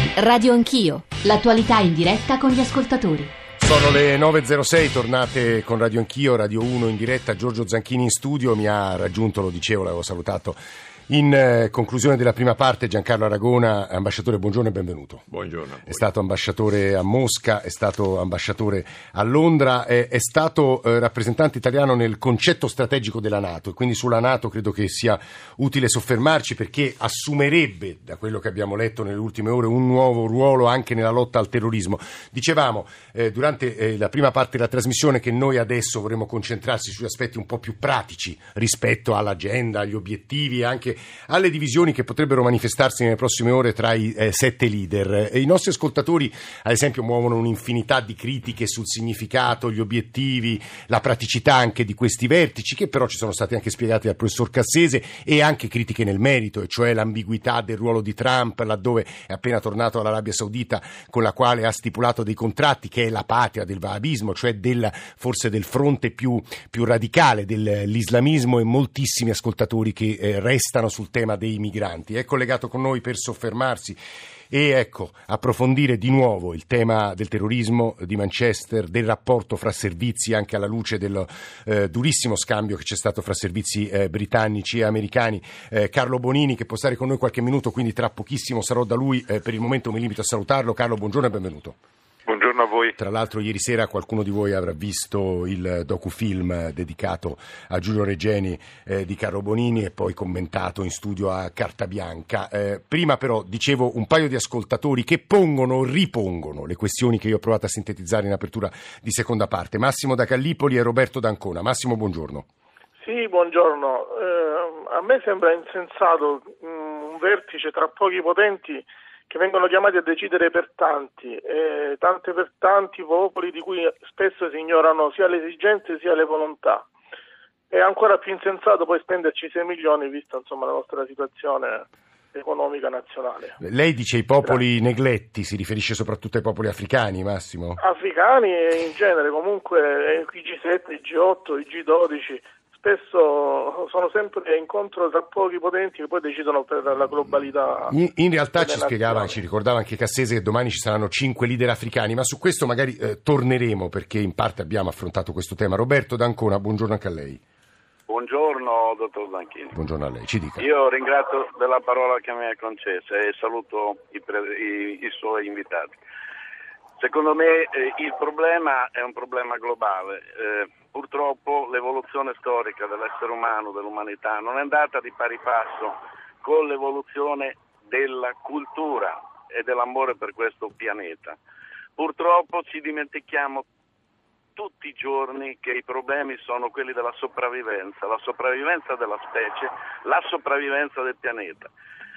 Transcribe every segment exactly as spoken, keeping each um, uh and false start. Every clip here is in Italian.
Radio Anch'io, l'attualità in diretta con gli ascoltatori. Sono le nove e zero sei, tornate con Radio Anch'io, Radio uno in diretta. Giorgio Zanchini in studio, mi ha raggiunto, lo dicevo, l'avevo salutato in eh, conclusione della prima parte. Giancarlo Aragona, ambasciatore, buongiorno e benvenuto. Buongiorno. È stato ambasciatore a Mosca, è stato ambasciatore a Londra, è, è stato eh, rappresentante italiano nel concetto strategico della NATO, e quindi sulla NATO credo che sia utile soffermarci, perché assumerebbe, da quello che abbiamo letto nelle ultime ore, un nuovo ruolo anche nella lotta al terrorismo. Dicevamo eh, durante eh, la prima parte della trasmissione che noi adesso vorremmo concentrarsi sugli aspetti un po' più pratici rispetto all'agenda, agli obiettivi e anche alle divisioni che potrebbero manifestarsi nelle prossime ore tra i eh, sette leader. E i nostri ascoltatori, ad esempio, muovono un'infinità di critiche sul significato, gli obiettivi, la praticità anche di questi vertici, che però ci sono state anche spiegate dal professor Cassese, e anche critiche nel merito, e cioè l'ambiguità del ruolo di Trump, laddove è appena tornato all'Arabia Saudita, con la quale ha stipulato dei contratti, che è la patria del wahabismo, cioè del, forse del fronte più, più radicale dell'islamismo, e moltissimi ascoltatori che eh, restano sul tema dei migranti. È collegato con noi per soffermarsi e ecco approfondire di nuovo il tema del terrorismo di Manchester, del rapporto fra servizi, anche alla luce del eh, durissimo scambio che c'è stato fra servizi eh, britannici e americani. eh, Carlo Bonini, che può stare con noi qualche minuto, quindi tra pochissimo sarò da lui. Eh, per il momento mi limito a salutarlo. Carlo, buongiorno e benvenuto. Buongiorno a voi. Tra l'altro ieri sera qualcuno di voi avrà visto il docufilm dedicato a Giulio Regeni eh, di Carlo Bonini, e poi commentato in studio a Carta Bianca. Eh, prima però dicevo un paio di ascoltatori che pongono, ripongono le questioni che io ho provato a sintetizzare in apertura di seconda parte. Massimo da Gallipoli e Roberto D'Ancona. Massimo, buongiorno. Sì, buongiorno. Eh, a me sembra insensato um, un vertice tra pochi potenti che vengono chiamati a decidere per tanti, eh, tante per tanti popoli di cui spesso si ignorano sia le esigenze sia le volontà. È ancora più insensato poi spenderci sei milioni, vista insomma la nostra situazione economica nazionale. Lei dice i popoli Grazie. negletti, si riferisce soprattutto ai popoli africani, Massimo? Africani e in genere, comunque i G sette, i G otto, i G dodici... spesso sono sempre incontro tra pochi potenti che poi decidono per la globalità. In, in realtà ci spiegava, ci ricordava anche Cassese che domani ci saranno cinque leader africani, ma su questo magari eh, torneremo, perché in parte abbiamo affrontato questo tema. Roberto D'Ancona, buongiorno anche a lei. Buongiorno dottor Zanchini. Buongiorno a lei, ci dica. Io ringrazio della parola che mi ha concessa e saluto i, pre- i, i suoi invitati. Secondo me eh, il problema è un problema globale. Eh, purtroppo l'evoluzione storica dell'essere umano, dell'umanità, non è andata di pari passo con l'evoluzione della cultura e dell'amore per questo pianeta. Purtroppo ci dimentichiamo tutti i giorni che i problemi sono quelli della sopravvivenza, la sopravvivenza della specie, la sopravvivenza del pianeta.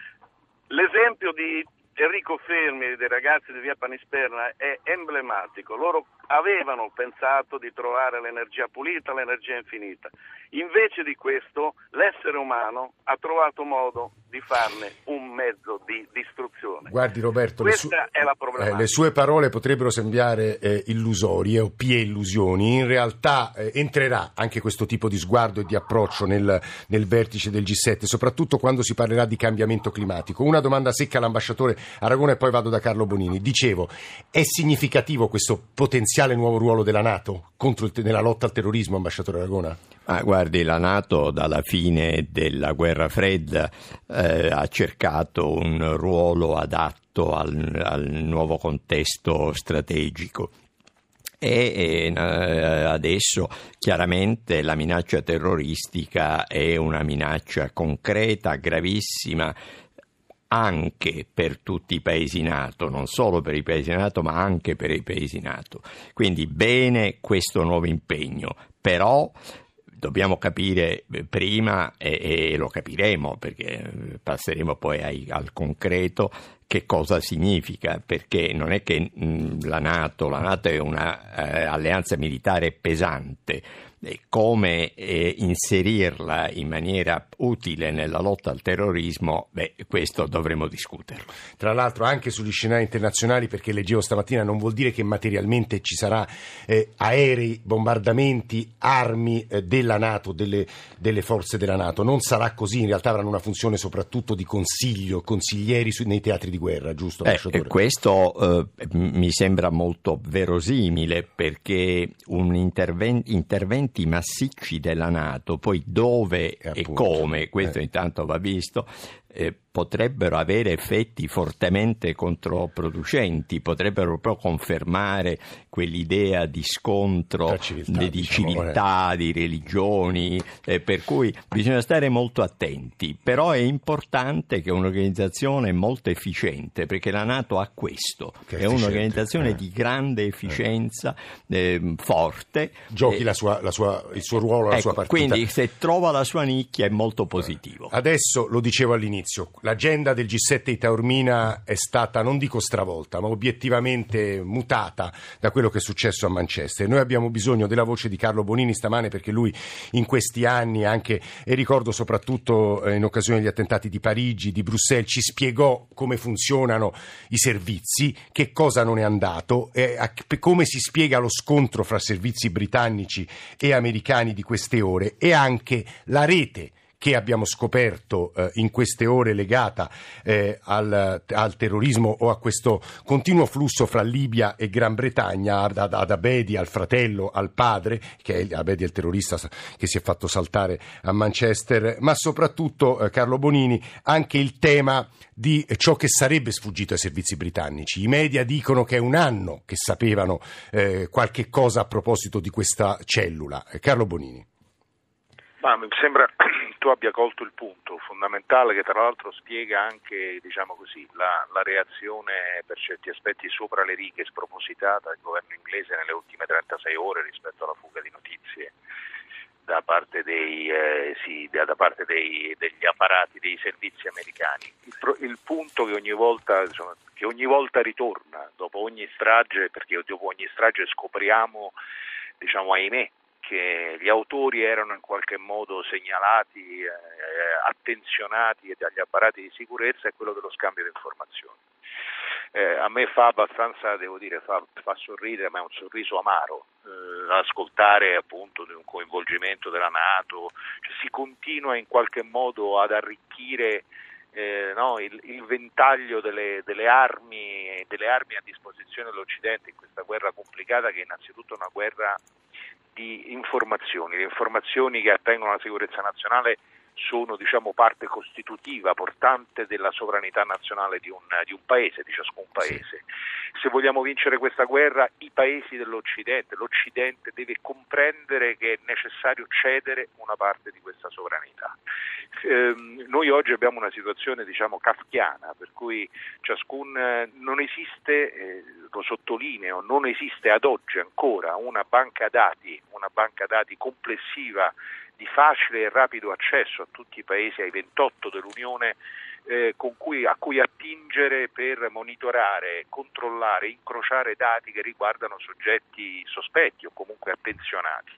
L'esempio di Enrico Fermi e dei ragazzi di via Panisperna è emblematico. Loro avevano pensato di trovare l'energia pulita, l'energia infinita. Invece di questo, l'essere umano ha trovato modo di farne un mezzo di distruzione. Guardi Roberto, questa le, su- è la problematica. Eh, le sue parole potrebbero sembrare eh, illusorie o pie illusioni. In realtà eh, entrerà anche questo tipo di sguardo e di approccio nel, nel vertice del G sette, soprattutto quando si parlerà di cambiamento climatico. Una domanda secca all'ambasciatore Aragona e poi vado da Carlo Bonini. Dicevo, è significativo questo potenziale nuovo ruolo della NATO contro il, nella lotta al terrorismo, ambasciatore Aragona? Ah, guardi, la NATO dalla fine della guerra fredda eh, ha cercato un ruolo adatto al, al nuovo contesto strategico. E eh, adesso chiaramente la minaccia terroristica è una minaccia concreta, gravissima, anche per tutti i paesi NATO, non solo per i paesi NATO ma anche per i paesi NATO. Quindi bene questo nuovo impegno, però dobbiamo capire prima, e, e lo capiremo perché passeremo poi ai, al concreto, che cosa significa, perché non è che mh, la NATO, la NATO è una eh, alleanza militare pesante, come eh, inserirla in maniera utile nella lotta al terrorismo, beh, questo dovremo discuterlo. Tra l'altro anche sugli scenari internazionali, perché leggevo stamattina, non vuol dire che materialmente ci sarà eh, aerei, bombardamenti, armi eh, della NATO, delle, delle forze della NATO. Non sarà così, in realtà avranno una funzione soprattutto di consiglio, consiglieri su, nei teatri di guerra, giusto? Eh, questo eh, mi sembra molto verosimile, perché un interven- interventi massicci della NATO, poi dove e, e come, questo eh. intanto va visto, eh, potrebbero avere effetti fortemente controproducenti, potrebbero proprio confermare quell'idea di scontro, civiltà, di, di diciamo, civiltà, eh. di religioni, eh, per cui bisogna stare molto attenti. Però è importante che un'organizzazione molto efficiente, perché la NATO ha questo, che è un'organizzazione eh. di grande efficienza, eh, forte. Giochi eh, la sua, la sua, il suo ruolo, la ecco, sua partita. Quindi se trova la sua nicchia è molto positivo. Adesso, lo dicevo all'inizio, l'agenda del G sette di Taormina è stata, non dico stravolta, ma obiettivamente mutata da quello che è successo a Manchester. Noi abbiamo bisogno della voce di Carlo Bonini stamane, perché lui in questi anni, anche e ricordo soprattutto in occasione degli attentati di Parigi, di Bruxelles, ci spiegò come funzionano i servizi, che cosa non è andato, e a, come si spiega lo scontro fra servizi britannici e americani di queste ore, e anche la rete che abbiamo scoperto eh, in queste ore legata eh, al, al terrorismo, o a questo continuo flusso fra Libia e Gran Bretagna, ad, ad Abedi, al fratello, al padre, che è Abedi è il terrorista che si è fatto saltare a Manchester, ma soprattutto, eh, Carlo Bonini, anche il tema di ciò che sarebbe sfuggito ai servizi britannici. I media dicono che è un anno che sapevano eh, qualche cosa a proposito di questa cellula. Eh, Carlo Bonini. Ma mi sembra tu abbia colto il punto fondamentale, che tra l'altro spiega anche, diciamo così, la, la reazione per certi aspetti sopra le righe, spropositata del governo inglese nelle ultime trentasei ore rispetto alla fuga di notizie da parte dei eh, sì, da parte dei, degli apparati dei servizi americani. Il, pro, il punto che ogni volta insomma, che ogni volta ritorna dopo ogni strage, perché dopo ogni strage scopriamo, diciamo, ahimè, che gli autori erano in qualche modo segnalati, eh, attenzionati dagli apparati di sicurezza, è quello dello scambio di informazioni. Eh, a me fa abbastanza, devo dire, fa, fa sorridere, ma è un sorriso amaro, eh, ascoltare appunto di un coinvolgimento della NATO. Cioè, si continua in qualche modo ad arricchire eh, no, il, il ventaglio delle, delle armi, delle armi a disposizione dell'Occidente in questa guerra complicata, che è innanzitutto una guerra di informazioni. Le informazioni che attengono alla sicurezza nazionale sono, diciamo, parte costitutiva, portante della sovranità nazionale di un, di un paese, di ciascun paese. Se vogliamo vincere questa guerra, i paesi dell'Occidente, l'Occidente deve comprendere che è necessario cedere una parte di questa sovranità. Eh, noi oggi abbiamo una situazione, diciamo, kafkiana, per cui ciascun eh, non esiste, eh, lo sottolineo, non esiste ad oggi ancora una banca dati, una banca dati complessiva di facile e rapido accesso a tutti i paesi, ai ventotto dell'Unione, eh, con cui, a cui attingere per monitorare, controllare, incrociare dati che riguardano soggetti sospetti o comunque attenzionati.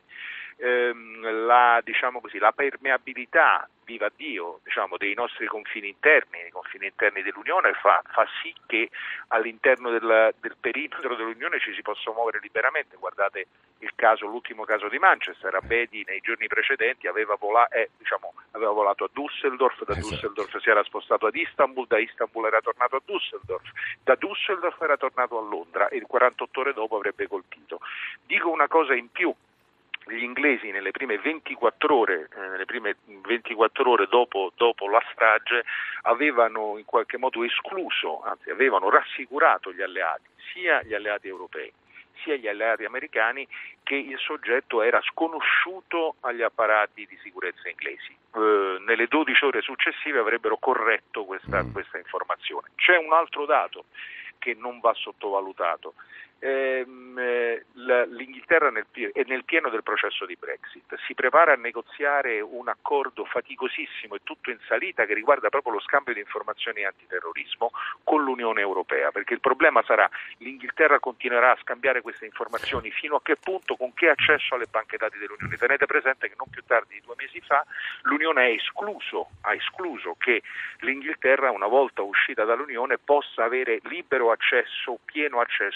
Ehm, la, diciamo così, la permeabilità, viva Dio, diciamo, dei nostri confini interni, i confini interni dell'Unione fa, fa sì che all'interno del, del perimetro dell'Unione ci si possa muovere liberamente. Guardate il caso, l'ultimo caso di Manchester. Abedi nei giorni precedenti aveva, vola, eh, diciamo, aveva volato a Düsseldorf, da esatto. Düsseldorf si era spostato ad Istanbul, da Istanbul era tornato a Düsseldorf, da Düsseldorf era tornato a Londra e quarantotto ore dopo avrebbe colpito. Dico una cosa in più. Gli inglesi nelle prime ventiquattro ore, eh, nelle prime ventiquattro ore dopo, dopo la strage, avevano in qualche modo escluso, anzi avevano rassicurato gli alleati, sia gli alleati europei sia gli alleati americani, che il soggetto era sconosciuto agli apparati di sicurezza inglesi. Eh, nelle dodici ore successive avrebbero corretto questa, mm. questa informazione. C'è un altro dato che non va sottovalutato. Ehm, L'Inghilterra nel, è nel pieno del processo di Brexit, si prepara a negoziare un accordo faticosissimo e tutto in salita che riguarda proprio lo scambio di informazioni antiterrorismo con l'Unione Europea, perché il problema sarà: l'Inghilterra continuerà a scambiare queste informazioni fino a che punto, con che accesso alle banche dati dell'Unione. Tenete presente che non più tardi di due mesi fa l'Unione ha escluso, ha escluso che l'Inghilterra, una volta uscita dall'Unione, possa avere libero accesso, pieno accesso alle banche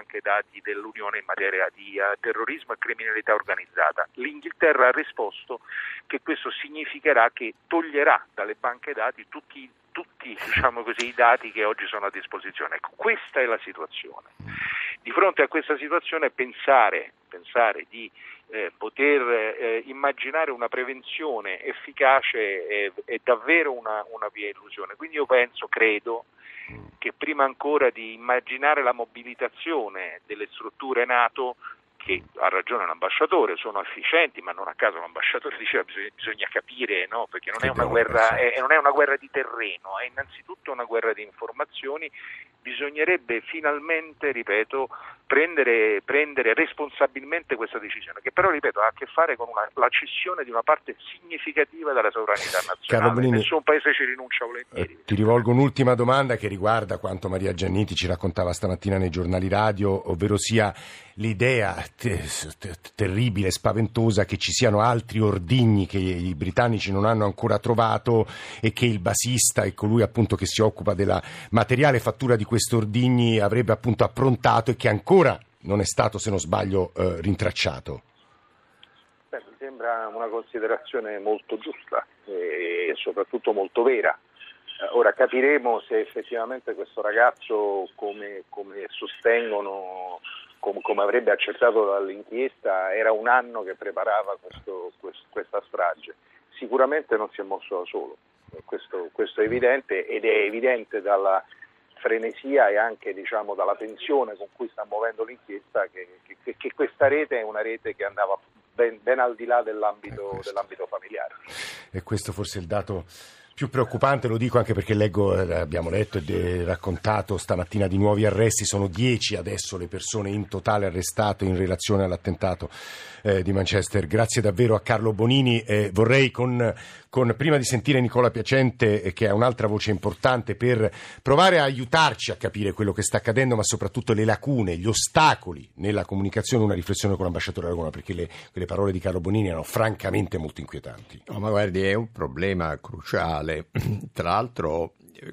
banche dati dell'Unione in materia di uh, terrorismo e criminalità organizzata. L'Inghilterra ha risposto che questo significherà che toglierà dalle banche dati tutti, tutti diciamo così, i dati che oggi sono a disposizione. Ecco, questa è la situazione. Di fronte a questa situazione pensare, pensare di eh, poter eh, immaginare una prevenzione efficace è, è davvero una, una via illusione. Quindi io penso, credo, che prima ancora di immaginare la mobilitazione delle strutture NATO, che ha ragione l'ambasciatore, sono efficienti, ma non a caso l'ambasciatore diceva bisogna, bisogna capire, no? Perché non è una guerra, è, non è una guerra di terreno, è innanzitutto una guerra di informazioni. Bisognerebbe finalmente, ripeto, prendere, prendere responsabilmente questa decisione, che però, ripeto, ha a che fare con una, la cessione di una parte significativa della sovranità nazionale. Bonini, nessun paese ci rinuncia volentieri. Eh, ti rivolgo un'ultima domanda che riguarda quanto Maria Gianniti ci raccontava stamattina nei giornali radio, ovvero sia l'idea te- te- terribile, spaventosa che ci siano altri ordigni che i britannici non hanno ancora trovato e che il basista e colui appunto che si occupa della materiale fattura di questi ordigni avrebbe appunto approntato e che ancora non è stato, se non sbaglio, eh, rintracciato. Beh, mi sembra una considerazione molto giusta e soprattutto molto vera. Ora capiremo se effettivamente questo ragazzo, come, come sostengono, come, come avrebbe accertato dall'inchiesta, era un anno che preparava questo, questo, questa strage. Sicuramente non si è mosso da solo, questo, questo è evidente, ed è evidente dalla frenesia e anche, diciamo, dalla tensione con cui sta muovendo l'inchiesta che, che, che questa rete è una rete che andava ben, ben al di là dell'ambito, dell'ambito familiare. E questo forse è il dato più preoccupante, lo dico anche perché leggo, abbiamo letto e raccontato stamattina di nuovi arresti, sono dieci adesso le persone in totale arrestate in relazione all'attentato eh, di Manchester. Grazie davvero a Carlo Bonini. Eh, vorrei con, con prima di sentire Nicola Piacente, eh, che è un'altra voce importante, per provare a aiutarci a capire quello che sta accadendo, ma soprattutto le lacune, gli ostacoli nella comunicazione, una riflessione con l'ambasciatore Aragona, perché le, quelle parole di Carlo Bonini erano francamente molto inquietanti. No, ma guardi, è un problema cruciale. Tra l'altro,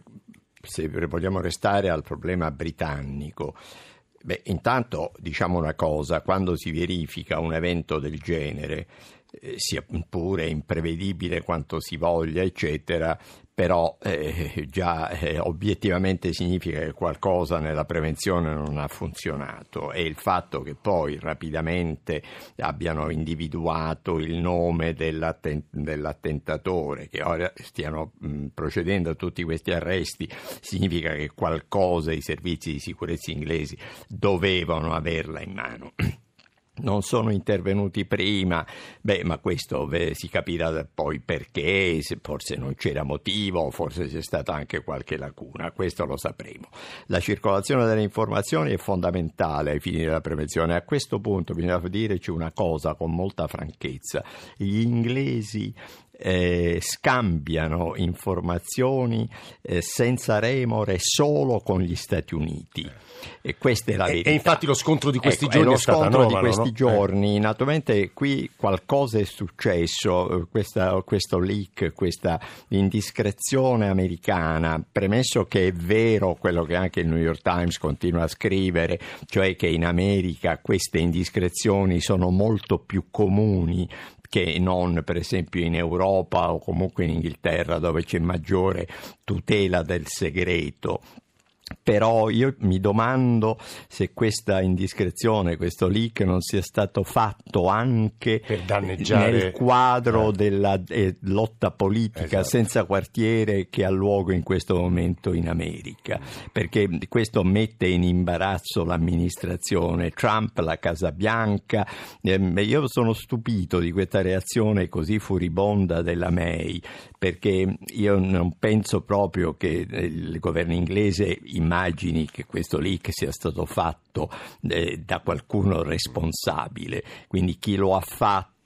se vogliamo restare al problema britannico, beh, intanto diciamo una cosa: quando si verifica un evento del genere, eh, sia pure imprevedibile quanto si voglia, eccetera, però eh, già eh, obiettivamente significa che qualcosa nella prevenzione non ha funzionato, e il fatto che poi rapidamente abbiano individuato il nome dell'atten- dell'attentatore, che ora stiano mh, procedendo a tutti questi arresti, significa che qualcosa i servizi di sicurezza inglesi dovevano averla in mano. Non sono intervenuti prima, beh, ma questo beh, si capirà poi perché, se forse non c'era motivo, forse c'è stata anche qualche lacuna, questo lo sapremo. La circolazione delle informazioni è fondamentale ai fini della prevenzione. A questo punto bisogna dirci una cosa con molta franchezza: gli inglesi Eh, scambiano informazioni eh, senza remore solo con gli Stati Uniti, e questa è la verità. E, e infatti lo scontro di questi ecco, giorni è è stato scontro anomalo, di questi no? giorni. Eh. Naturalmente qui qualcosa è successo, questa, questo leak, questa indiscrezione americana, premesso che è vero quello che anche il New York Times continua a scrivere, cioè che in America queste indiscrezioni sono molto più comuni che non per esempio in Europa o comunque in Inghilterra, dove c'è maggiore tutela del segreto. Però io mi domando se questa indiscrezione, questo leak non sia stato fatto anche per danneggiare nel quadro eh. della eh, lotta politica, esatto, senza quartiere che ha luogo in questo momento in America, perché questo mette in imbarazzo l'amministrazione Trump, la Casa Bianca. Eh, io sono stupito di questa reazione così furibonda della May, perché io non penso proprio che il governo inglese immagini che questo leak sia stato fatto eh, da qualcuno responsabile, quindi chi lo ha fatto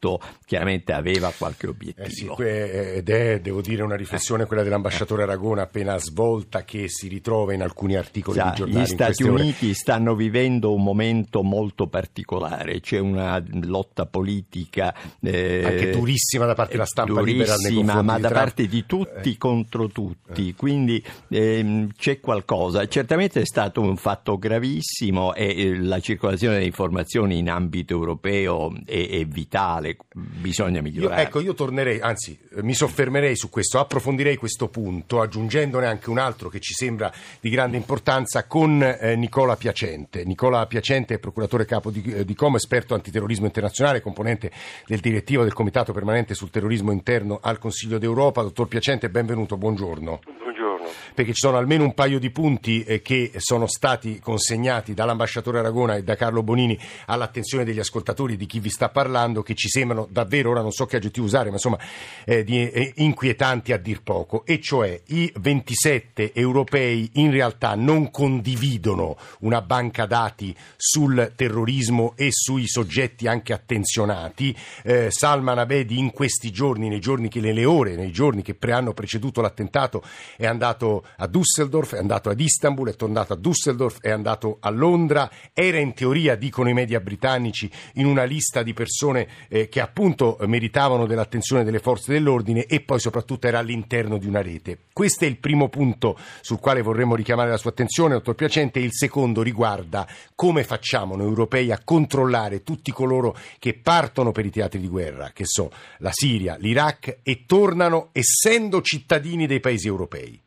quanto chiaramente aveva qualche obiettivo. Eh sì, ed è, devo dire, una riflessione quella dell'ambasciatore Aragona appena svolta, che si ritrova in alcuni articoli Sa, di giornali. Gli Stati in Uniti ore. stanno vivendo un momento molto particolare, c'è una lotta politica eh, anche durissima da parte della stampa libera nei durissima, ma di da Trump. parte di tutti eh. contro tutti, quindi ehm, c'è qualcosa. Certamente è stato un fatto gravissimo e eh, la circolazione delle informazioni in ambito europeo è, è vitale, bisogna migliorare. Io, ecco, io tornerei, anzi mi soffermerei su questo, approfondirei questo punto, aggiungendone anche un altro che ci sembra di grande importanza, con eh, Nicola Piacente. Nicola Piacente è procuratore capo di, eh, di Como, esperto antiterrorismo internazionale, componente del direttivo del Comitato Permanente sul Terrorismo Interno al Consiglio d'Europa. Dottor Piacente, benvenuto, buongiorno. Perché ci sono almeno un paio di punti eh, che sono stati consegnati dall'ambasciatore Aragona e da Carlo Bonini all'attenzione degli ascoltatori, di chi vi sta parlando, che ci sembrano davvero, ora non so che aggettivo usare, ma insomma eh, di, eh, inquietanti a dir poco, e cioè i ventisette europei in realtà non condividono una banca dati sul terrorismo e sui soggetti anche attenzionati. eh, Salman Abedi in questi giorni, nei giorni che nelle ore, nei giorni che pre- hanno preceduto l'attentato, è andato a Düsseldorf, è andato ad Istanbul, è tornato a Düsseldorf, è andato a Londra, era in teoria, dicono i media britannici, in una lista di persone eh, che appunto meritavano dell'attenzione delle forze dell'ordine, e poi soprattutto era all'interno di una rete. Questo è il primo punto sul quale vorremmo richiamare la sua attenzione, dottor Piacente. Il secondo riguarda come facciamo noi europei a controllare tutti coloro che partono per i teatri di guerra, che so, la Siria, l'Iraq, e tornano essendo cittadini dei paesi europei.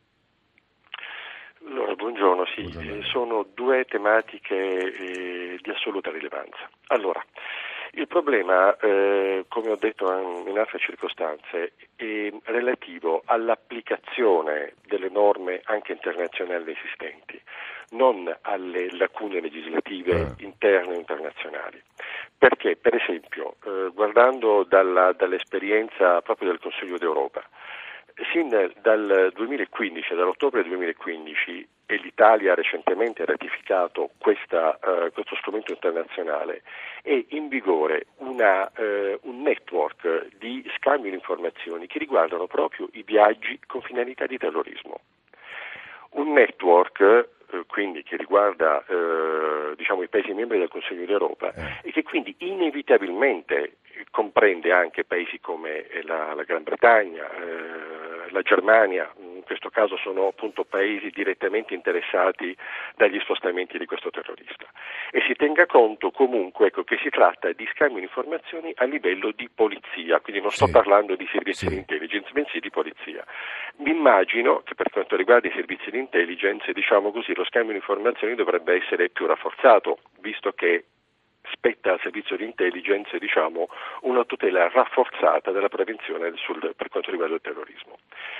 Allora, buongiorno, sì, eh, sono due tematiche eh, di assoluta rilevanza. Allora, il problema, eh, come ho detto in altre circostanze, è relativo all'applicazione delle norme anche internazionali esistenti, non alle lacune legislative interne e internazionali. Perché, per esempio, eh, guardando dalla, dall'esperienza proprio del Consiglio d'Europa, sin dal duemilaquindici, dall'ottobre duemilaquindici, e l'Italia ha recentemente ratificato questa, uh, questo strumento internazionale, è in vigore una, uh, un network di scambio di informazioni che riguardano proprio i viaggi con finalità di terrorismo. Un network uh, quindi che riguarda uh, diciamo i Paesi membri del Consiglio d'Europa eh. e che quindi inevitabilmente comprende anche paesi come la, la Gran Bretagna, eh, la Germania. In questo caso sono appunto paesi direttamente interessati dagli spostamenti di questo terrorista, e si tenga conto comunque, ecco, che si tratta di scambio di informazioni a livello di polizia, quindi non sto sì. parlando di servizi sì. di intelligence, bensì di polizia. Mi immagino che per quanto riguarda i servizi di intelligence, diciamo così, lo scambio di informazioni dovrebbe essere più rafforzato, visto che spetta al servizio di intelligence, diciamo, una tutela rafforzata della prevenzione sul, per quanto riguarda il terrorismo.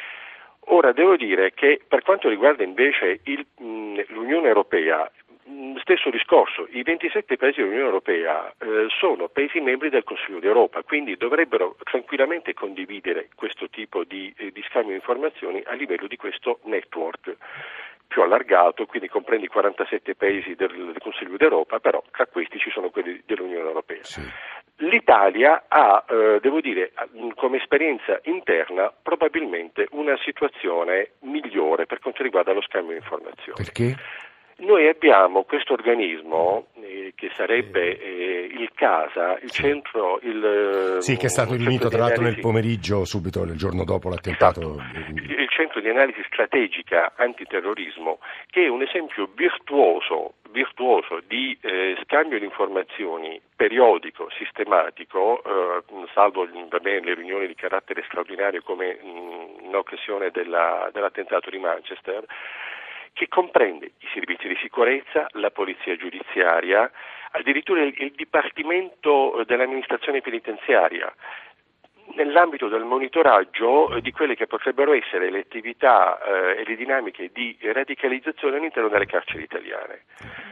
Ora, devo dire che per quanto riguarda invece il, mh, l'Unione Europea, mh, stesso discorso, i ventisette paesi dell'Unione Europea eh, sono paesi membri del Consiglio d'Europa, quindi dovrebbero tranquillamente condividere questo tipo di, eh, di scambio di informazioni a livello di questo network più allargato, quindi comprende i quarantasette paesi del, del Consiglio d'Europa, però tra questi ci sono quelli dell'Unione Europea. Sì. L'Italia ha, eh, devo dire, come esperienza interna probabilmente una situazione migliore per quanto riguarda lo scambio di informazioni. Perché? Noi abbiamo questo organismo eh, che sarebbe eh, il CASA, il sì. centro... Il, sì, che è stato riunito tra l'altro nel pomeriggio, subito il giorno dopo l'attentato. Esatto. Il centro di analisi strategica antiterrorismo, che è un esempio virtuoso, virtuoso di eh, scambio di informazioni periodico, sistematico, eh, salvo va bene, le riunioni di carattere straordinario come mh, in occasione della, dell'attentato di Manchester, che comprende i servizi di sicurezza, la polizia giudiziaria, addirittura il, il Dipartimento dell'amministrazione penitenziaria, nell'ambito del monitoraggio di quelle che potrebbero essere le attività eh, e le dinamiche di radicalizzazione all'interno delle carceri italiane.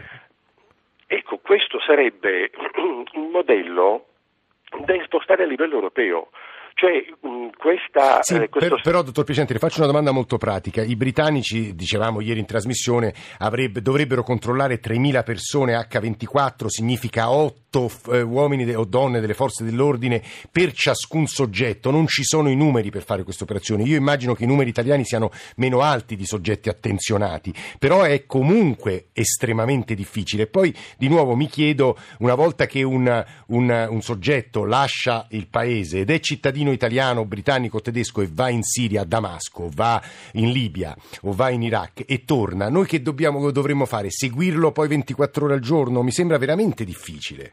Ecco, questo sarebbe un modello da spostare a livello europeo. Cioè, mh, questa... Sì, eh, questo... per, però, dottor Piacente, le faccio una domanda molto pratica. I britannici, dicevamo ieri in trasmissione, avrebbe, dovrebbero controllare tremila persone acca ventiquattro, significa otto eh, uomini de, o donne delle forze dell'ordine per ciascun soggetto. Non ci sono i numeri per fare queste operazioni. Io immagino che i numeri italiani siano meno alti di soggetti attenzionati, però è comunque estremamente difficile. Poi, di nuovo, mi chiedo, una volta che un, un, un soggetto lascia il paese ed è cittadino italiano, britannico, tedesco e va in Siria, a Damasco, va in Libia o va in Iraq e torna, noi che dobbiamo, dovremmo fare? Seguirlo poi ventiquattro ore al giorno? Mi sembra veramente difficile.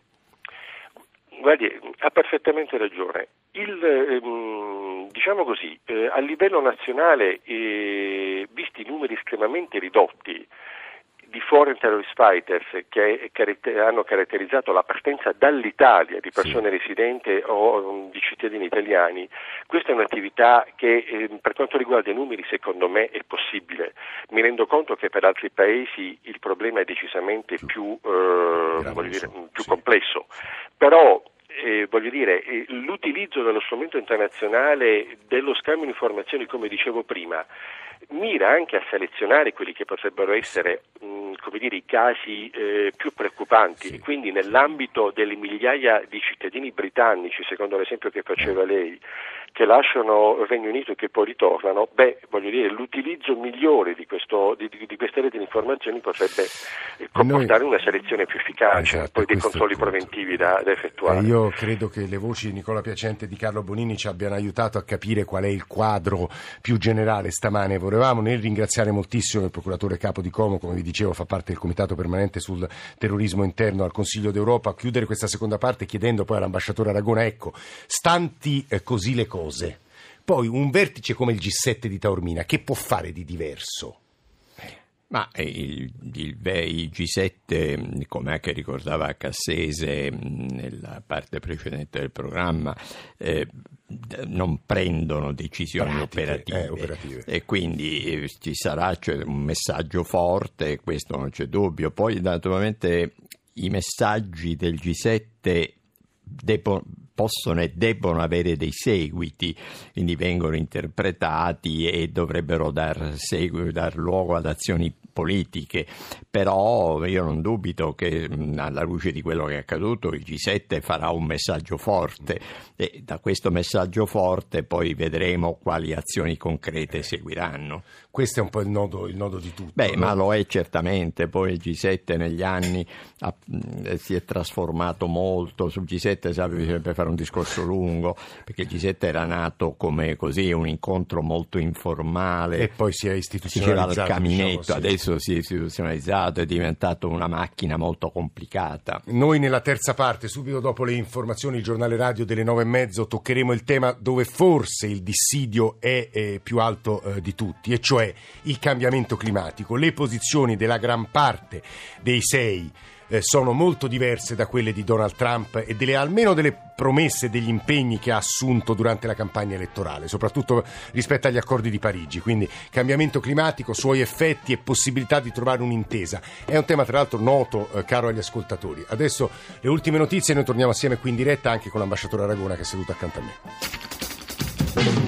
Guardi, ha perfettamente ragione. Il, ehm, diciamo così, eh, a livello nazionale, eh, visti i numeri estremamente ridotti di foreign terrorist fighters che caratter- hanno caratterizzato la partenza dall'Italia di persone sì. residenti o di cittadini italiani, questa è un'attività che eh, per quanto riguarda i numeri secondo me è possibile. Mi rendo conto che per altri paesi il problema è decisamente più, eh, voglio dire, più sì. complesso, però Eh, voglio dire, eh, l'utilizzo dello strumento internazionale dello scambio di informazioni, come dicevo prima, mira anche a selezionare quelli che potrebbero essere mh, come dire, i casi eh, più preoccupanti, sì. Quindi nell'ambito delle migliaia di cittadini britannici, secondo l'esempio che faceva lei, che lasciano il Regno Unito e che poi ritornano, beh, voglio dire, l'utilizzo migliore di, questo, di, di, di queste reti di informazioni potrebbe eh, comportare noi... una selezione più efficace, esatto, poi dei controlli preventivi da, da effettuare. Eh, io credo che le voci di Nicola Piacente e di Carlo Bonini ci abbiano aiutato a capire qual è il quadro più generale stamane. Volevamo nel ringraziare moltissimo il procuratore capo di Como, come vi dicevo fa parte del comitato permanente sul terrorismo interno al Consiglio d'Europa, a chiudere questa seconda parte chiedendo poi all'ambasciatore Aragona, ecco, stanti eh, così le cose, poi un vertice come il G sette di Taormina che può fare di diverso? Ma il, il, il G sette, come anche ricordava Cassese nella parte precedente del programma, eh, non prendono decisioni Pratiche, operative, eh, operative e quindi eh, ci sarà cioè, un messaggio forte, questo non c'è dubbio. Poi naturalmente i messaggi del G sette depo, possono e debbono avere dei seguiti, quindi vengono interpretati e dovrebbero dar, segu- dar luogo ad azioni politiche, però io non dubito che alla luce di quello che è accaduto il G sette farà un messaggio forte e da questo messaggio forte poi vedremo quali azioni concrete seguiranno. Questo è un po' il nodo, il nodo di tutto. Beh, no? Ma lo è certamente, poi il G sette negli anni ha, si è trasformato molto, sul G sette sarebbe bisognerebbe fare un discorso lungo, perché il G sette era nato come così un incontro molto informale e poi si è istituzionalizzato, si diceva al caminetto, diciamo, sì. Adesso si è istituzionalizzato, è diventato una macchina molto complicata. Noi nella terza parte, subito dopo le informazioni, il giornale radio delle nove e mezzo, toccheremo il tema dove forse il dissidio è eh, più alto eh, di tutti, e cioè il cambiamento climatico. Le posizioni della gran parte dei sei eh, sono molto diverse da quelle di Donald Trump e delle, almeno delle promesse, degli impegni che ha assunto durante la campagna elettorale, soprattutto rispetto agli accordi di Parigi. Quindi cambiamento climatico, suoi effetti e possibilità di trovare un'intesa. È un tema tra l'altro noto, eh, caro agli ascoltatori. Adesso le ultime notizie, noi torniamo assieme qui in diretta anche con l'ambasciatore Aragona che è seduto accanto a me.